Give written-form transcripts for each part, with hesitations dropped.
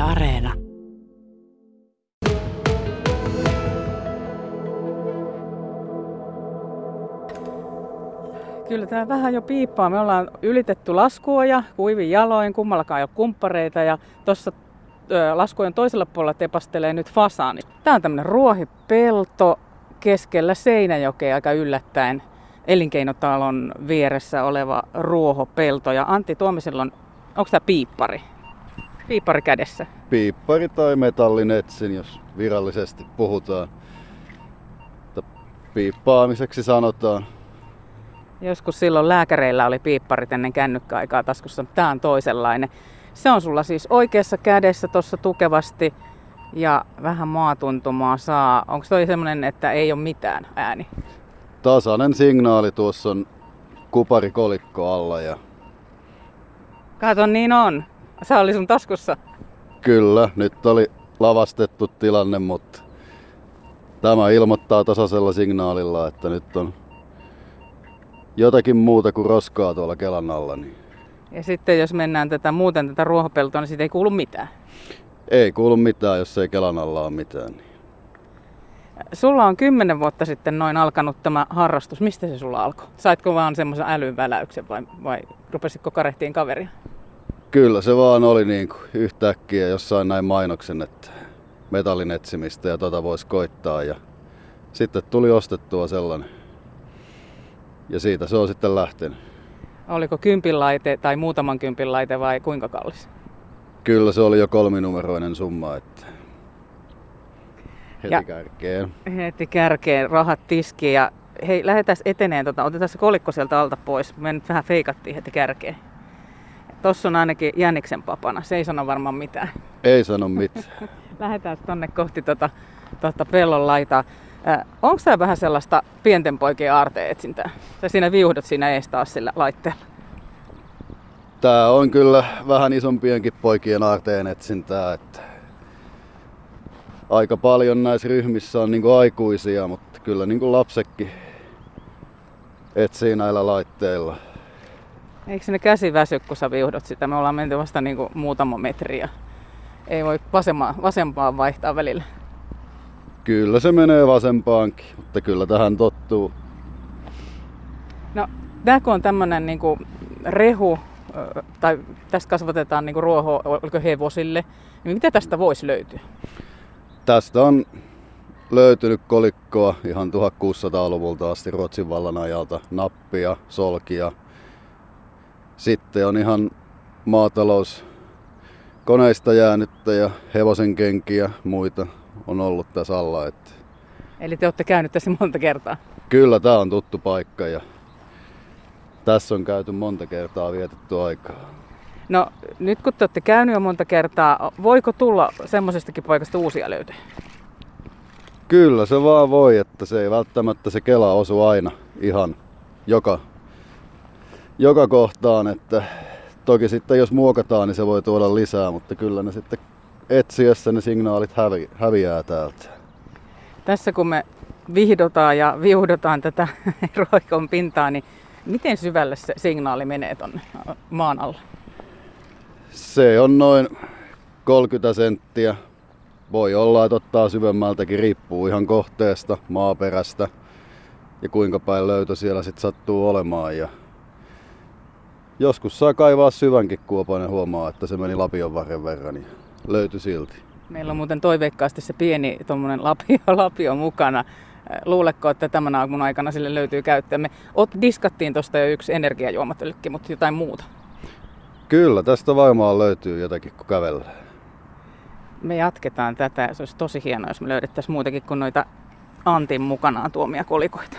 Areena. Kyllä tämä vähän jo piippaa. Me ollaan ylitetty laskuoja kuivin jaloin, kummallakaan ei ole kumppareita ja tuossa laskuojan toisella puolella tepastelee nyt fasaani. Tämä on tämmöinen ruohipelto keskellä Seinäjokea aika yllättäen. Elinkeinotalon vieressä oleva ruohopelto ja Antti Tuomisella onko tämä piippari? Piippari kädessä? Piippari tai metallinetsin, jos virallisesti puhutaan. Piippaamiseksi sanotaan. Joskus silloin lääkäreillä oli piipparit ennen kännykkäaikaa taskussa. Tämä on toisenlainen. Se on sulla siis oikeassa kädessä tuossa tukevasti ja vähän maatuntumaa saa. Onko toi semmoinen, että ei ole mitään ääni? Tasainen signaali, tuossa on kuparikolikko alla. Kato, niin on. Se oli sun taskussa. Kyllä, nyt oli lavastettu tilanne, mutta tämä ilmoittaa tasaisella signaalilla, että nyt on jotakin muuta kuin roskaa tuolla Kelan alla. Niin. Ja sitten jos mennään tätä ruohopeltoa, niin siitä ei kuulu mitään? Ei kuulu mitään, jos ei Kelan alla ole mitään. Niin. Sulla on 10 vuotta sitten noin alkanut tämä harrastus. Mistä se sulla alkoi? Saitko vaan semmoisen älynväläyksen vai rupesitko karehtiin kaveria? Kyllä se vaan oli niin kuin yhtäkkiä jossain näin mainoksen, että metallin etsimistä ja voisi koittaa. Ja sitten tuli ostettua sellainen. Ja siitä se on sitten lähtenyt. Oliko kympinlaite tai muutaman kympinlaite vai kuinka kallis? Kyllä se oli jo 3-numeroinen summa, että kärkeen. Heti kärkeen, rahat tiskiin ja hei, lähdetään eteneen, otetaan se kolikko sieltä alta pois. Me nyt vähän feikattiin heti kärkeen. Tossa on ainakin jäniksen papana, se ei sano varmaan mitään. Ei sano mitään. Lähdetään tonne kohti pellon laitaa. Onko tämä vähän sellaista pienten poikien aarteetsintää? Sä siinä viuhdot siinä ees taas sillä laitteella. Tää on kyllä vähän isompienkin poikien aarteen etsintää. Että aika paljon näissä ryhmissä on niinku aikuisia, mutta kyllä niinku lapsetkin etsii näillä laitteilla. Eikö sinne käsi väsy, kun sä viuhdot sitä? Me ollaan menty vasta niinku muutama metri ja ei voi vasempaan vaihtaa välillä. Kyllä se menee vasempaankin, mutta kyllä tähän tottuu. No, tää kun on tämmönen niinku rehu, tai tässä kasvatetaan niinku ruohoa, oliko hevosille, niin mitä tästä voisi löytyä? Tästä on löytynyt kolikkoa ihan 1600-luvulta asti Ruotsin vallan ajalta, nappia, solkia. Sitten on ihan maatalouskoneista jäänyttä ja hevosen kenkiä muita on ollut tässä alla. Eli te olette käynyt tässä monta kertaa? Kyllä, tää on tuttu paikka ja tässä on käyty monta kertaa vietetty aikaa. No nyt kun te olette käynyt jo monta kertaa, voiko tulla semmoisestakin paikasta uusia löytöjä? Kyllä se vaan voi, että se ei välttämättä se Kela osu aina ihan joka kohtaan. Että toki sitten jos muokataan, niin se voi tuoda lisää, mutta kyllä ne sitten etsiessä ne signaalit häviää täältä. Tässä kun me vihdotaan ja viuhdotaan tätä roikon pintaa, niin miten syvälle se signaali menee tonne maan alle? Se on noin 30 senttiä. Voi olla, että ottaa syvemmältäkin, riippuu ihan kohteesta, maaperästä ja kuinka päin löytö siellä sitten sattuu olemaan. Ja joskus saa kaivaa syvänkin kuopan ja huomaa, että se meni lapion varren verran ja löytyi silti. Meillä on muuten toiveikkaasti se pieni tommonen lapio mukana. Luuletko, että tämän aamun aikana sille löytyy käyttöä? Me diskattiin tuosta jo yksi energiajuomatölkki, mutta jotain muuta. Kyllä, tästä varmaan löytyy jotakin, kun kävellään. Me jatketaan tätä. Se olisi tosi hienoa, jos me löydettäisiin muutakin kuin noita Antin mukanaan tuomia kolikoita.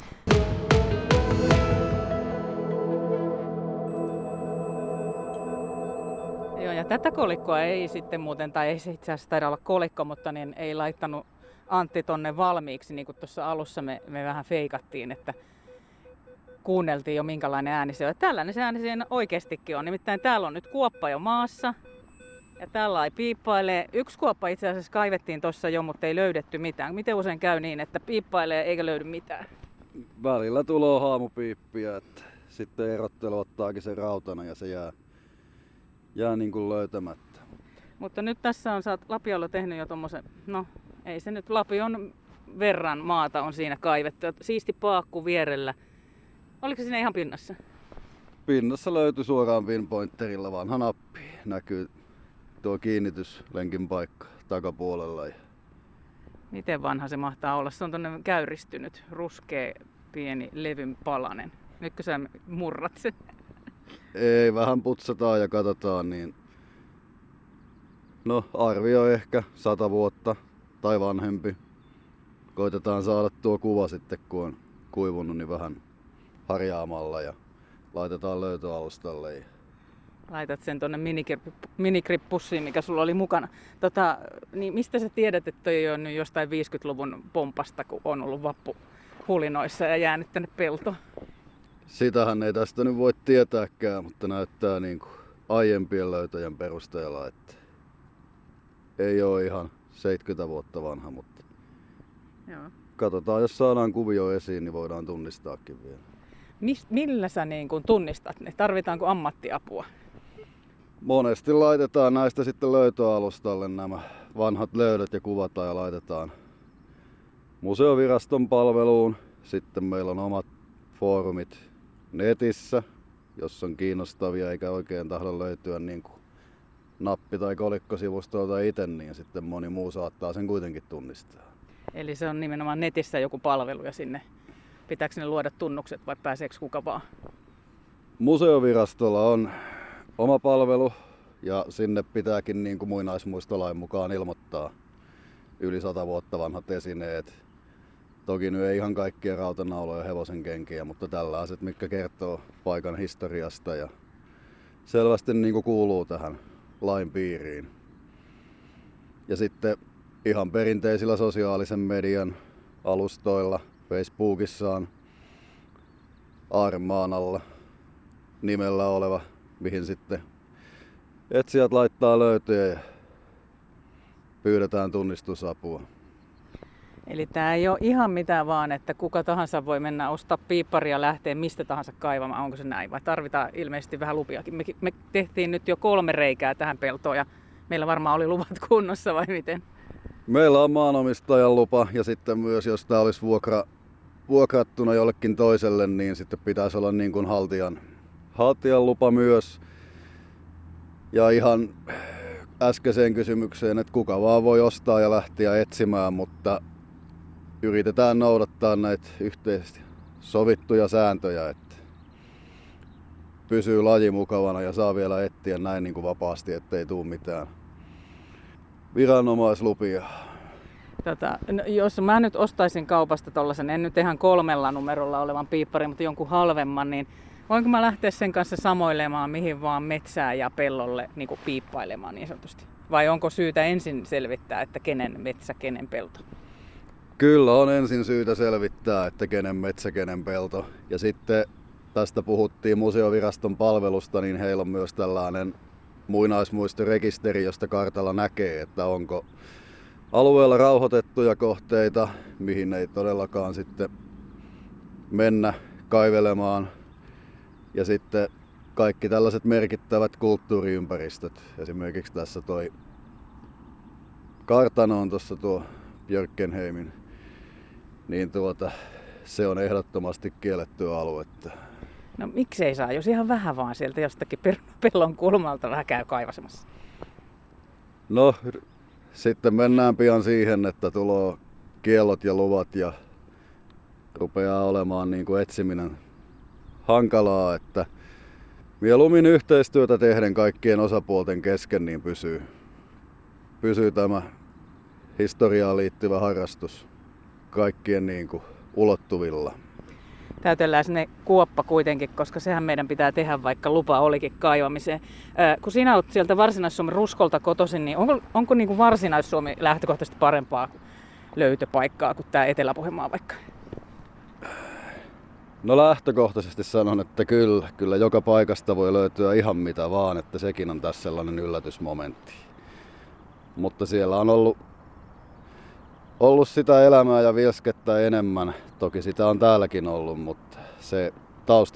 Joo, ja tätä kolikkoa ei sitten muuten, tai ei se itse asiassa taida olla kolikko, mutta niin ei laittanut Antti tonne valmiiksi, niin kuin tuossa alussa me vähän feikattiin, että kuunneltiin jo minkälainen ääni se on. Tällainen se ääni siinä oikeastikin on. Nimittäin täällä on nyt kuoppa jo maassa. Ja tällä ei piippailee. Yksi kuoppa itse asiassa kaivettiin tuossa jo, mutta ei löydetty mitään. Miten usein käy niin, että piippailee eikä löydy mitään? Välillä tulee haamupiippiä, että sitten erottelu ottaakin sen rautana ja se jää niin kuin löytämättä. Mutta nyt tässä on Lapiolla tehnyt jo tommosen, no ei se nyt, Lapion verran maata on siinä kaivettu. Siisti paakku vierellä. Oliko se siinä ihan pinnassa? Pinnassa löytyi suoraan pinpointerilla vanha nappi. Näkyy tuo kiinnityslenkin paikka takapuolella. Miten vanha se mahtaa olla? Se on tonne käyristynyt, ruskea, pieni levyn palanen. Nytkö sä murrat sen? Ei, vähän putsataan ja katsotaan, niin no arvio ehkä 100 vuotta tai vanhempi. Koitetaan saada tuo kuva sitten, kun on kuivunut, niin vähän harjaamalla ja laitetaan löytöalustalle. Laitat sen tonne minigrippussiin, mikä sulla oli mukana. Niin mistä sä tiedät, että toi on nyt jostain 50-luvun pompasta, kun on ollut vappuhulinoissa ja jäänyt tänne peltoon? Sitähän ei tästä nyt voi tietääkään, mutta näyttää niin kuin aiempien löytöjen perusteella, että ei ole ihan 70 vuotta vanha, mutta joo. Katsotaan, jos saadaan kuvio esiin, niin voidaan tunnistaakin vielä. Millä sä niin kun tunnistat ne? Tarvitaanko ammattiapua? Monesti laitetaan näistä sitten löytöalustalle nämä vanhat löydöt ja kuvataan ja laitetaan museoviraston palveluun. Sitten meillä on omat foorumit netissä, jos on kiinnostavia eikä oikein tahdo löytyä niin kuin nappi- tai kolikkosivustolta itse, niin sitten moni muu saattaa sen kuitenkin tunnistaa. Eli se on nimenomaan netissä joku palvelu ja sinne pitääkö ne luoda tunnukset vai pääseekö kuka vaan? Museovirastolla on oma palvelu ja sinne pitääkin niin kuin muinaismuistolain mukaan ilmoittaa yli 100 vuotta vanhat esineet. Toki nyt ei ihan kaikkia rautanauloja ja hevosen kenkiä, mutta tällaiset, mitkä kertoo paikan historiasta ja selvästi niin kuin kuuluu tähän lain piiriin. Ja sitten ihan perinteisillä sosiaalisen median alustoilla, Facebookissa on Aarremaan alla nimellä oleva, mihin sitten etsijät laittaa löytöjä ja pyydetään tunnistusapua. Eli tämä ei ole ihan mitään vaan, että kuka tahansa voi mennä ostaa piipparia ja lähteä mistä tahansa kaivamaan. Onko se näin vai tarvitaan ilmeisesti vähän lupiakin? Me tehtiin nyt jo 3 reikää tähän peltoon ja meillä varmaan oli luvat kunnossa vai miten? Meillä on maanomistajan lupa ja sitten myös jos tämä olisi vuokrattuna jollekin toiselle, niin sitten pitäisi olla niin kuin haltijan lupa myös. Ja ihan äskeiseen kysymykseen, että kuka vaan voi ostaa ja lähteä etsimään, mutta yritetään noudattaa näitä yhteisesti sovittuja sääntöjä, että pysyy laji mukavana ja saa vielä etsiä näin niin kuin vapaasti, ettei tule mitään viranomaislupia. No, jos mä nyt ostaisin kaupasta tollasen, en nyt ihan 3 numerolla olevan piipparin, mutta jonkun halvemman, niin voinko mä lähteä sen kanssa samoilemaan mihin vaan metsään ja pellolle niin kuin piippailemaan niin sanotusti? Vai onko syytä ensin selvittää, että kenen metsä, kenen pelto? Kyllä on ensin syytä selvittää, että kenen metsä, kenen pelto. Ja sitten tästä puhuttiin museoviraston palvelusta, niin heillä on myös tällainen muinaismuistorekisteri, josta kartalla näkee, että onko alueella rauhoitettuja kohteita, mihin ei todellakaan sitten mennä kaivelemaan. Ja sitten kaikki tällaiset merkittävät kulttuuriympäristöt. Esimerkiksi tässä toi kartano on tuossa tuo Björkenheimin, niin se on ehdottomasti kiellettyä aluetta. No miksei saa, jos ihan vähän vaan sieltä jostakin pellon kulmalta vähän käy kaivasemassa? No sitten mennään pian siihen, että tulee kiellot ja luvat ja rupeaa olemaan niin kuin etsiminen hankalaa, että mieluummin yhteistyötä tehden kaikkien osapuolten kesken niin pysyy tämä historiaan liittyvä harrastus kaikkien niin kuin ulottuvilla. Täytellään sinne kuoppa kuitenkin, koska sehän meidän pitää tehdä, vaikka lupa olikin kaivamiseen. Kun sinä olet sieltä Varsinais-Suomen Ruskolta kotoisin, niin onko niin kuin Varsinais-Suomi lähtökohtaisesti parempaa löytöpaikkaa kuin tämä Etelä-Pohjanmaa vaikka? No lähtökohtaisesti sanon, että kyllä joka paikasta voi löytyä ihan mitä vaan, että sekin on tässä sellainen yllätysmomentti. Mutta siellä on ollut sitä elämää ja vilskettä enemmän. Toki sitä on täälläkin ollut, mutta se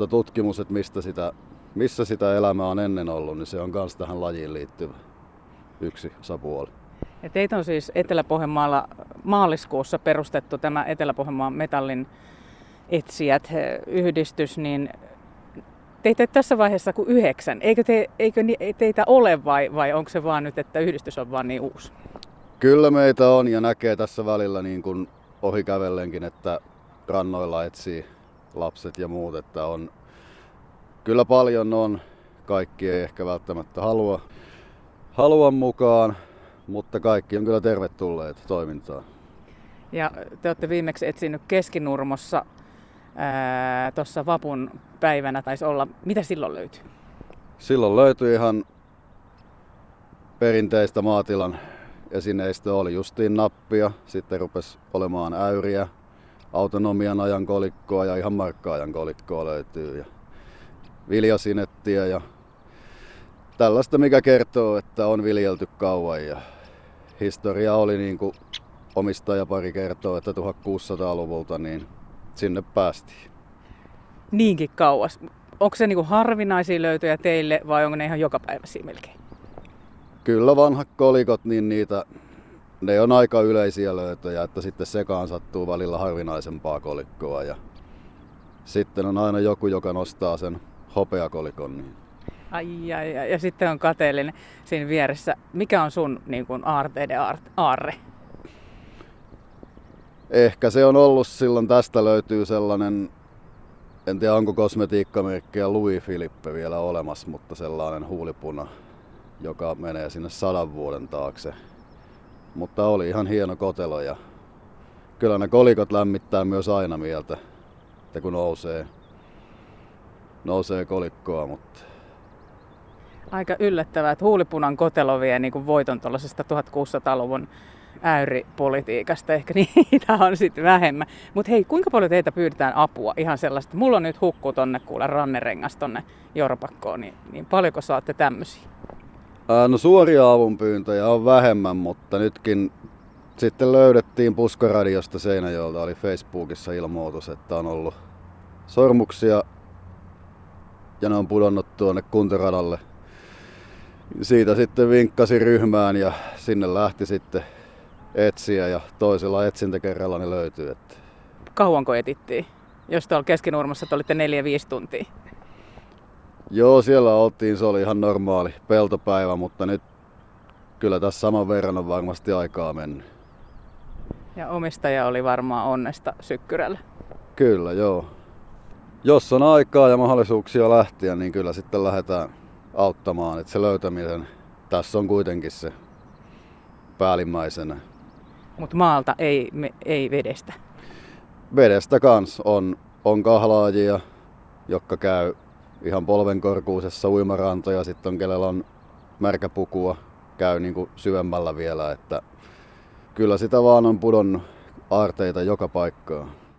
taustatutkimus, että missä sitä elämää on ennen ollut, niin se on myös tähän lajiin liittyvä. yksi osapuoli. Ja teitä on siis Etelä-Pohjanmaalla maaliskuussa perustettu tämä Etelä-Pohjanmaan metallin etsijät-yhdistys, niin teitä tässä vaiheessa kuin 9. Eikö teitä ole vai onko se vaan nyt, että yhdistys on vaan niin uusi? Kyllä meitä on ja näkee tässä välillä niin kuin ohikävellenkin, että rannoilla etsii lapset ja muut, että on kyllä paljon on. Kaikki ei ehkä välttämättä halua mukaan, mutta kaikki on kyllä tervetulleet toimintaan. Ja te olette viimeksi etsinyt Keskinurmossa tuossa vapun päivänä taisi olla. Mitä silloin löytyi? Silloin löytyi ihan perinteistä maatilan esineistöä. Oli justiin nappia, sitten rupesi olemaan äyriä, autonomian ajan kolikkoa ja ihan markka-ajan kolikkoa löytyy. Ja viljasinettiä ja tällaista, mikä kertoo, että on viljelty kauan. Ja historia oli niin kuin omistajapari kertoo, että 1600-luvulta niin sinne päästiin. Niinkin kauas. Onko se niinku harvinaisia löytöjä teille vai onko ne ihan jokapäiväisiä melkein? Kyllä vanhat kolikot, niin ne on aika yleisiä löytöjä, että sitten sekaan sattuu välillä harvinaisempaa kolikkoa. Ja sitten on aina joku, joka nostaa sen hopeakolikon. Niin. Ai, ja sitten on kateellinen siinä vieressä. Mikä on sun niin kuin aarteiden aarre? Ehkä se on ollut silloin, tästä löytyy sellainen, en tiedä onko kosmetiikkamerkkiä Louis Philippe vielä olemassa, mutta sellainen huulipuna, joka menee sinne 100 vuoden taakse. Mutta oli ihan hieno kotelo ja kyllä ne kolikot lämmittää myös aina mieltä, että kun nousee kolikkoa. Mutta Aika yllättävää, että huulipunan kotelo vie niin kuin voiton tuollaisesta 1600-luvun äyripolitiikasta. Ehkä niitä on sitten vähemmän. Mutta hei, kuinka paljon teitä pyydetään apua? Ihan sellaista. Mulla on nyt hukku tonne kuule rannerengas tonne Jorpakkoon, niin paljonko saatte tämmöisiä? No suoria avunpyyntöjä on vähemmän, mutta nytkin sitten löydettiin Puskaradiosta Seinäjoelta, oli Facebookissa ilmoitus, että on ollut sormuksia ja ne on pudonnut tuonne kuntoradalle. Siitä sitten vinkkasin ryhmään ja sinne lähti sitten etsiä ja toisella etsintäkerralla ne löytyi. Kauanko etittiin? Jos tuolla Keskinurmassa te olitte 4-5 tuntia. Joo, siellä oltiin, se oli ihan normaali peltopäivä, mutta nyt kyllä tässä saman verran on varmasti aikaa mennyt. Ja omistaja oli varmaan onnesta sykkyrällä. Kyllä, joo. Jos on aikaa ja mahdollisuuksia lähteä, niin kyllä sitten lähdetään auttamaan. Että se löytäminen tässä on kuitenkin se päällimmäisenä. Mutta maalta ei vedestä. Vedestä kans on kahlaajia, jotka käy ihan polvenkorkuisessa uimaranta ja sitten on kenellä on märkäpukua, käy niin kuin syvemmällä vielä. Että kyllä sitä vaan on pudonnut aarteita joka paikkaan.